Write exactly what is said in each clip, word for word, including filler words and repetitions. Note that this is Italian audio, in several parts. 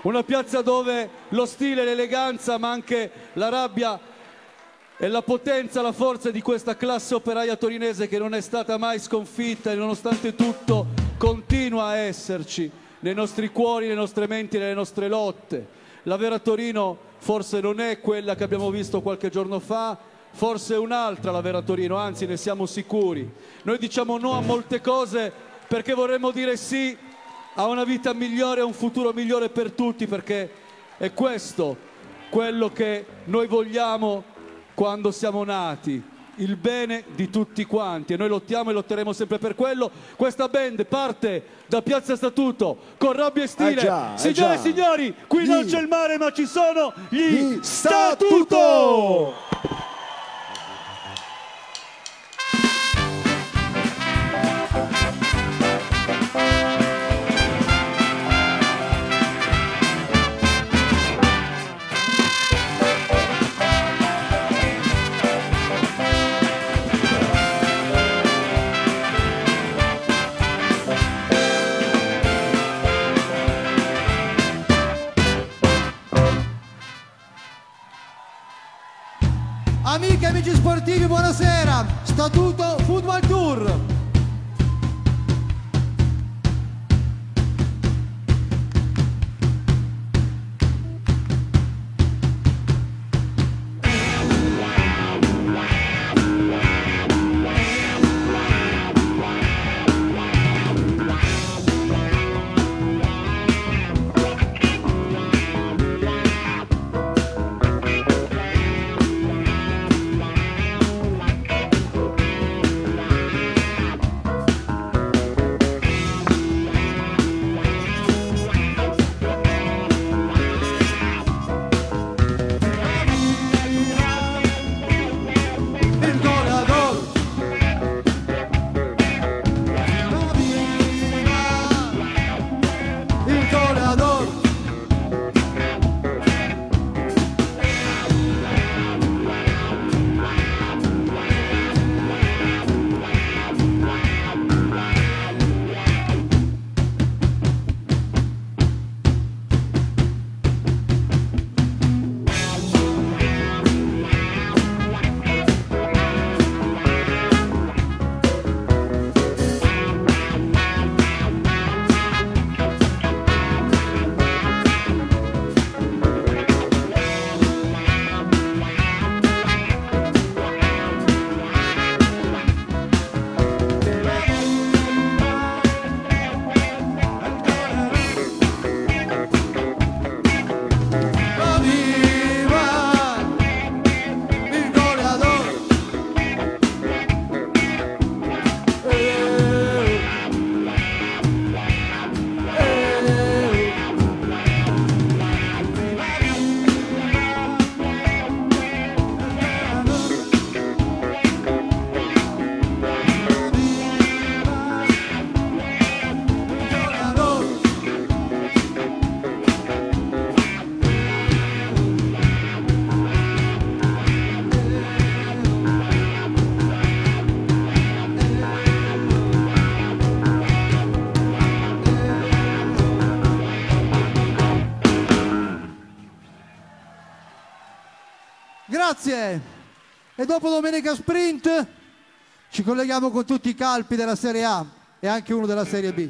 una piazza dove lo stile, l'eleganza, ma anche la rabbia e la potenza, la forza di questa classe operaia torinese che non è stata mai sconfitta e nonostante tutto continua a esserci nei nostri cuori, nelle nostre menti, nelle nostre lotte. La vera Torino forse non è quella che abbiamo visto qualche giorno fa, forse è un'altra la vera Torino, anzi ne siamo sicuri. Noi diciamo no a molte cose perché vorremmo dire sì a una vita migliore, a un futuro migliore per tutti, perché è questo quello che noi vogliamo quando siamo nati, il bene di tutti quanti, e noi lottiamo e lotteremo sempre per quello. Questa band parte da Piazza Statuto con rabbia e stile. Eh già, eh Signore e già. signori, qui Gli- non c'è il mare ma ci sono gli, Gli Statuto! Statuto! Amiche e amici sportivi, buonasera. Statuto Football Tour. Il goleador. Il goleador. Viva il goleador. Eh, eh. Grazie. E dopo domenica sprint ci colleghiamo con tutti i calpi della Serie A e anche uno della Serie B.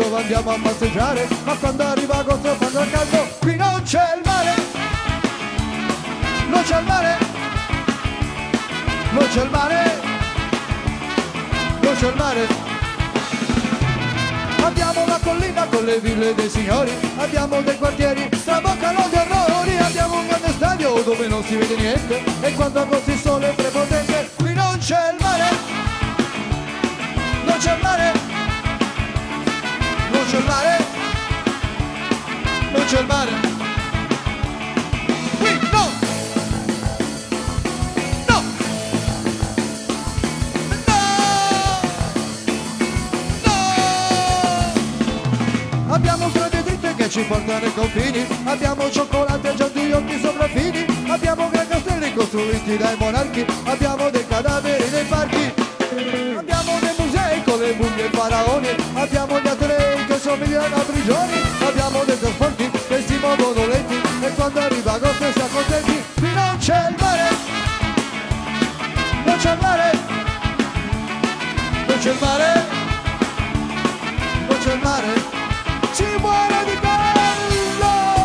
dove andiamo a passeggiare, ma quando arriva agosto fanno caldo, qui non c'è il mare, non c'è il mare, non c'è il mare, non c'è il mare. Abbiamo la collina con le ville dei signori, abbiamo dei quartieri traboccano di errori, abbiamo un grande stadio dove non si vede niente e quando agosto il sole è prepotente, qui non c'è il mare, non c'è il mare, non c'è il mare, non c'è il mare, qui no, no, no, no. Abbiamo strade dritte che ci portano ai confini, abbiamo cioccolate e giardinotti sopraffini, abbiamo gran castelli costruiti dai monarchi, abbiamo dei cadaveri nei parchi, abbiamo dei musei con le mummie e i faraoni, abbiamo gli atenei che somigliano a prigioni, abbiamo dei trasporti che si muovono lenti e quando arriva agosto siamo contenti, qui non c'è il mare, non c'è il mare, non c'è il mare, non c'è il mare, ci muore di bello!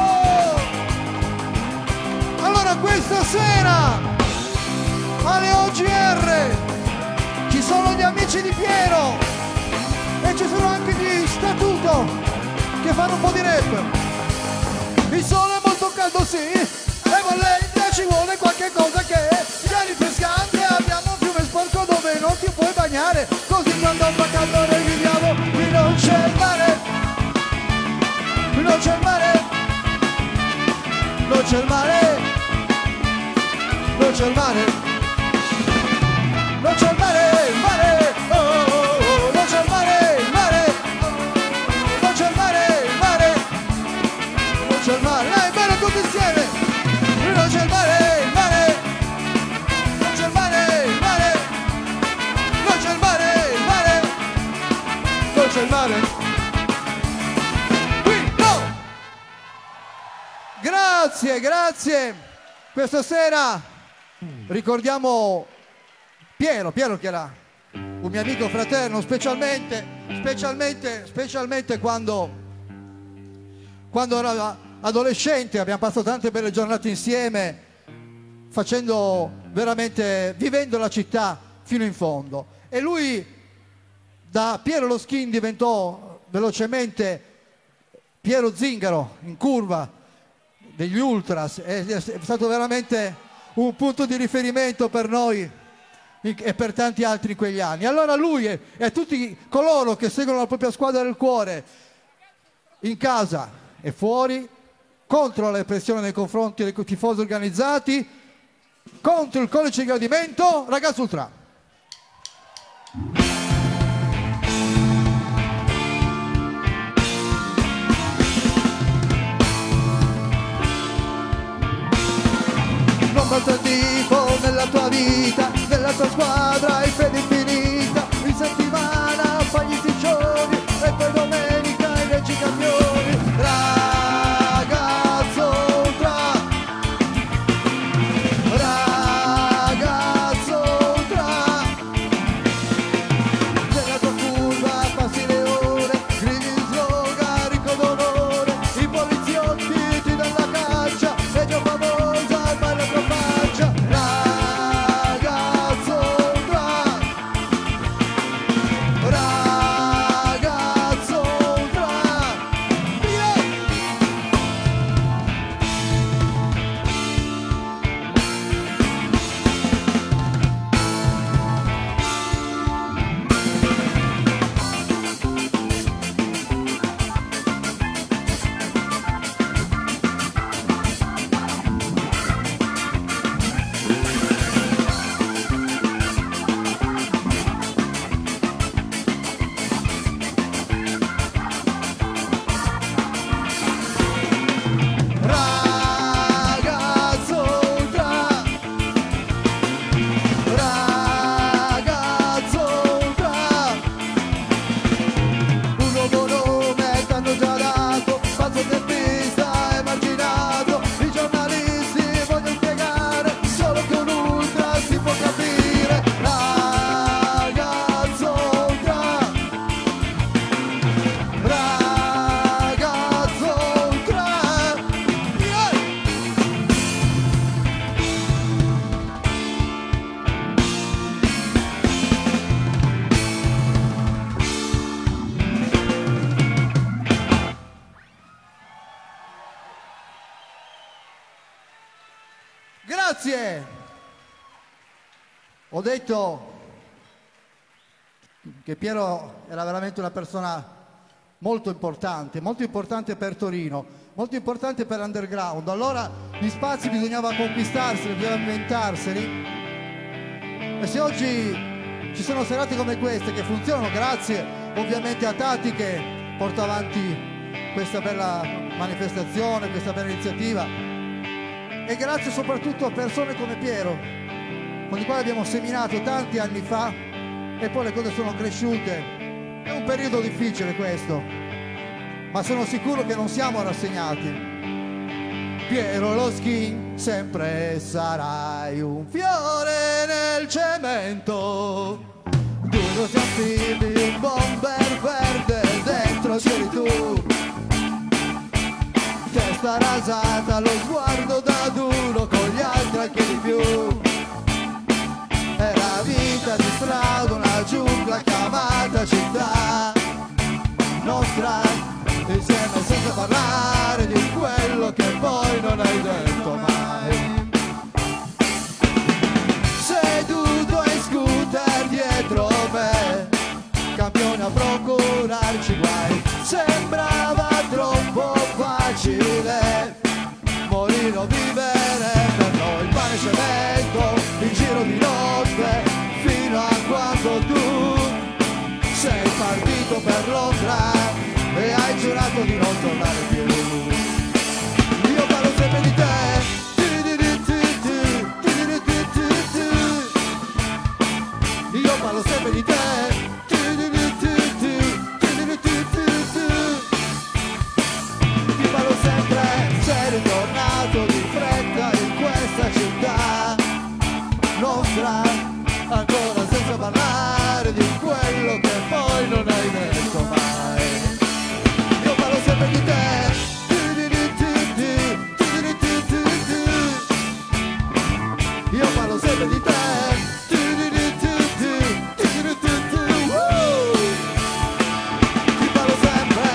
Allora questa sera alle O G R ci sono gli amici di Piero e ci sono anche gli Statuto che fanno un po' di rap. Il sole è molto caldo sì e volente ci vuole qualche cosa che sia rinfrescante, abbiamo un fiume sporco dove non ti puoi bagnare, così quando fa caldo noi viviamo, qui non c'è il mare, qui non c'è il mare, non c'è il mare, non c'è il mare. Non c'è il mare, il mare, oh, oh, oh, non c'è il mare, il mare, non c'è il mare, il mare, non c'è il mare, dai, bene tutti insieme, non c'è il mare, il mare, non c'è il mare, il mare, non c'è il mare, il mare, non c'è il mare, qui no! Grazie, grazie, questa sera ricordiamo Piero, Piero che era un mio amico fraterno, specialmente, specialmente, specialmente quando, quando era adolescente, abbiamo passato tante belle giornate insieme, facendo veramente, vivendo la città fino in fondo. E lui, da Piero Loschin, diventò velocemente Piero Zingaro, in curva, degli Ultras, è, è stato veramente un punto di riferimento per noi e per tanti altri in quegli anni. Allora lui e, e tutti coloro che seguono la propria squadra del cuore in casa e fuori, contro la repressione nei confronti dei tifosi organizzati, contro il codice di gradimento, ragazzi ultra. Non basta il tifo nella tua vita, nella tua squadra hai fede infinita, in settimana fai gli striscioni e poi domenica i regi campioni, ragazzo ultra, ragazzo ultra, nella tua curva passi le ore, gridi in slogan, ricco d'onore, i poliziotti ti danno la caccia, legge famosa, vai la tua faccia, ragazzo ultra. Grazie. Ho detto che Piero era veramente una persona molto importante, molto importante per Torino, molto importante per l'underground. Allora gli spazi bisognava conquistarseli, bisognava inventarseli. E se oggi ci sono serate come queste che funzionano grazie ovviamente a Tati che porta avanti questa bella manifestazione, questa bella iniziativa, e grazie soprattutto a persone come Piero, con i quali abbiamo seminato tanti anni fa e poi le cose sono cresciute. È un periodo difficile questo, ma sono sicuro che non siamo rassegnati. Piero Loschi, sempre sarai un fiore nel cemento, due rossi anfibi, un bomber verde, dentro c'eri tu, testa rasata, lo sguardo da duro, con gli altri anche di più. Era vita di strada, una giungla chiamata città nostra, insieme senza parlare di quello che poi non hai detto mai. Seduto in scooter dietro me, campione a procurarci guai, sembrava troppo facile morire o vivere per noi. Pane e cemento, in giro di notte, fino a quando tu sei partito per Londra e hai giurato di non tornare più. Io parlo sempre di te, io parlo sempre di te, ti parlo sempre, sei ritornato di fretta in questa città nostra, ancora senza parlare di quello che poi non hai detto mai. Io parlo sempre di te, io parlo sempre di te, ti parlo sempre.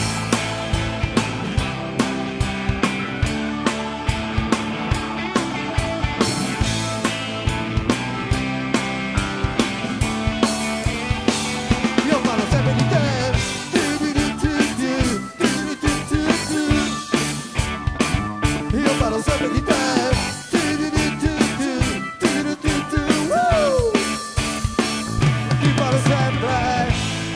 Io parlo sempre di te, io parlo sempre di te, ti parlo sempre.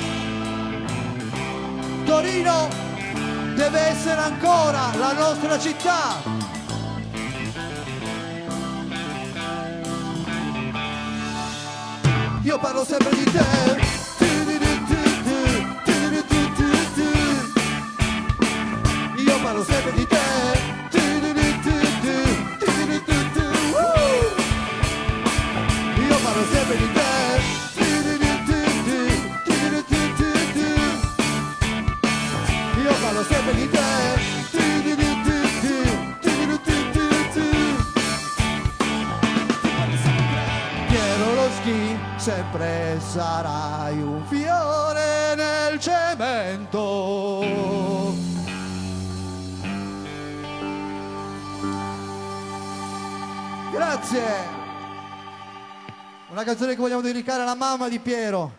Torino deve essere ancora la nostra città. Io parlo sempre di te, io parlo sempre di te, io parlo sempre di te, io parlo sempre di te, Piero Loschi, sempre sarai un fiore nel cemento. Grazie. Una canzone che vogliamo dedicare alla mamma di Piero.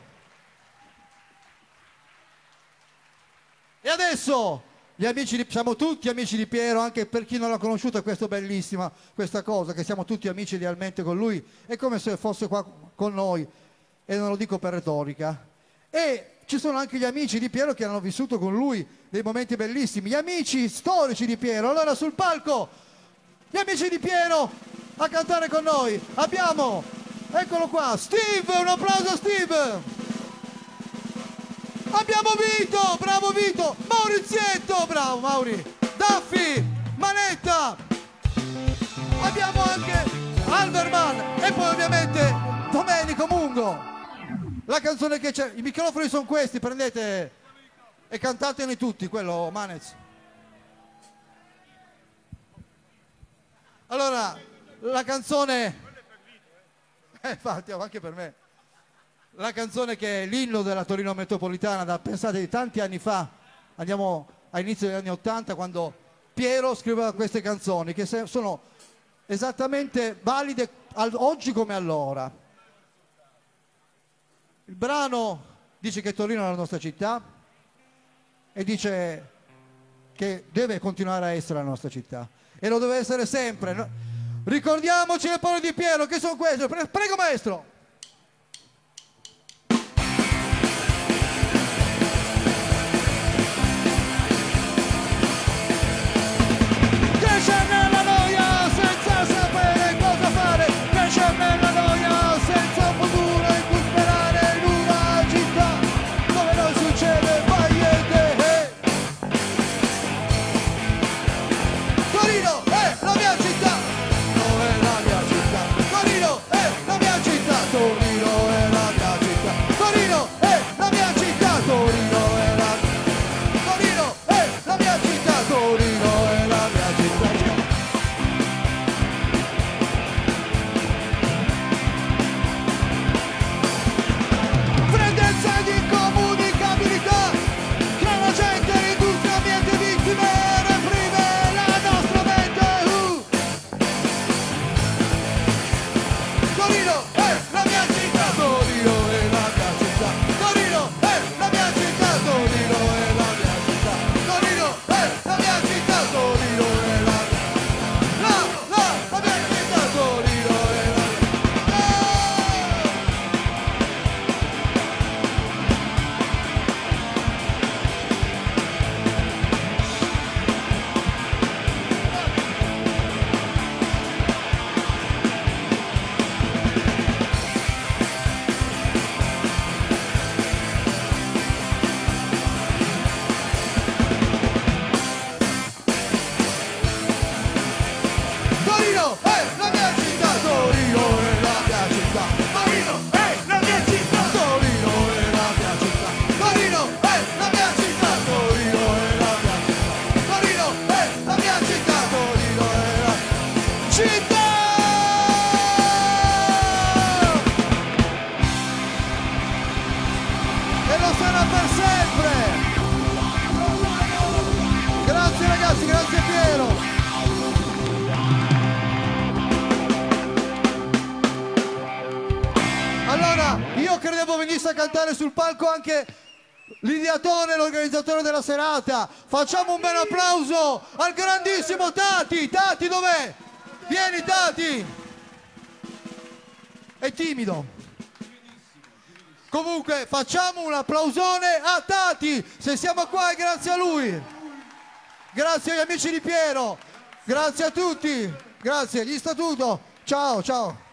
E adesso gli amici di, siamo tutti amici di Piero, anche per chi non l'ha conosciuta, questa è bellissima questa cosa, che siamo tutti amici realmente con lui, è come se fosse qua con noi, e non lo dico per retorica. E ci sono anche gli amici di Piero che hanno vissuto con lui dei momenti bellissimi, gli amici storici di Piero. Allora sul palco gli amici di Piero a cantare con noi abbiamo, eccolo qua, Steve, un applauso a Steve. Abbiamo Vito, bravo Vito, Maurizietto, bravo Mauri, Daffi, Manetta, abbiamo anche Alberman e poi ovviamente Domenico Mungo. La canzone che c'è, i microfoni sono questi, prendete e cantatene tutti, quello Manez. Allora, la canzone, eh, infatti anche per me, la canzone che è l'inno della Torino metropolitana, da, pensate, di tanti anni fa, andiamo all'inizio degli anni ottanta, quando Piero scriveva queste canzoni che sono esattamente valide al- oggi come allora. Il brano dice che Torino è la nostra città e dice che deve continuare a essere la nostra città e lo deve essere sempre. No? Ricordiamoci le parole di Piero, che sono queste. Pre- prego maestro. Cresce nella noia senza sapere cosa fare, cresce nella noia senza un futuro in cui sperare, in una città dove non succede mai niente. Torino è la mia città, Torino è la mia città, Torino è la mia città, Torino è la mia città, Torino è la mia città, Torino è la Torino è la mia città, Torino è la mia città. Freddezza di incomunicabilità tra la gente, l'industria, ambiente, vittime, reprime la nostra mente. Uh. Torino è la mia città, Torino è la mia città, Torino è la mia città, Torino è la mia città, Torino è la mia città, Torino è la mia la, la, la mia città, Torino è la mia Torino è la mia città, Torino è la mia città, Torino è la mia città, Torino è la mia città, Torino è la mia città, Torino è la mia città, Torino è la mia città, Torino è la città. E lo sarà per sempre. Grazie ragazzi, grazie Piero. Allora, io credevo venisse a cantare sul palco anche l'ideatore e l'organizzatore della serata. Facciamo un bel applauso al grandissimo Tati. Tati dov'è? Vieni Tati. È timido. Comunque facciamo un applausone a Tati. Se siamo qua è grazie a lui. Grazie agli amici di Piero. Grazie a tutti. Grazie, gli statuto. Ciao, ciao.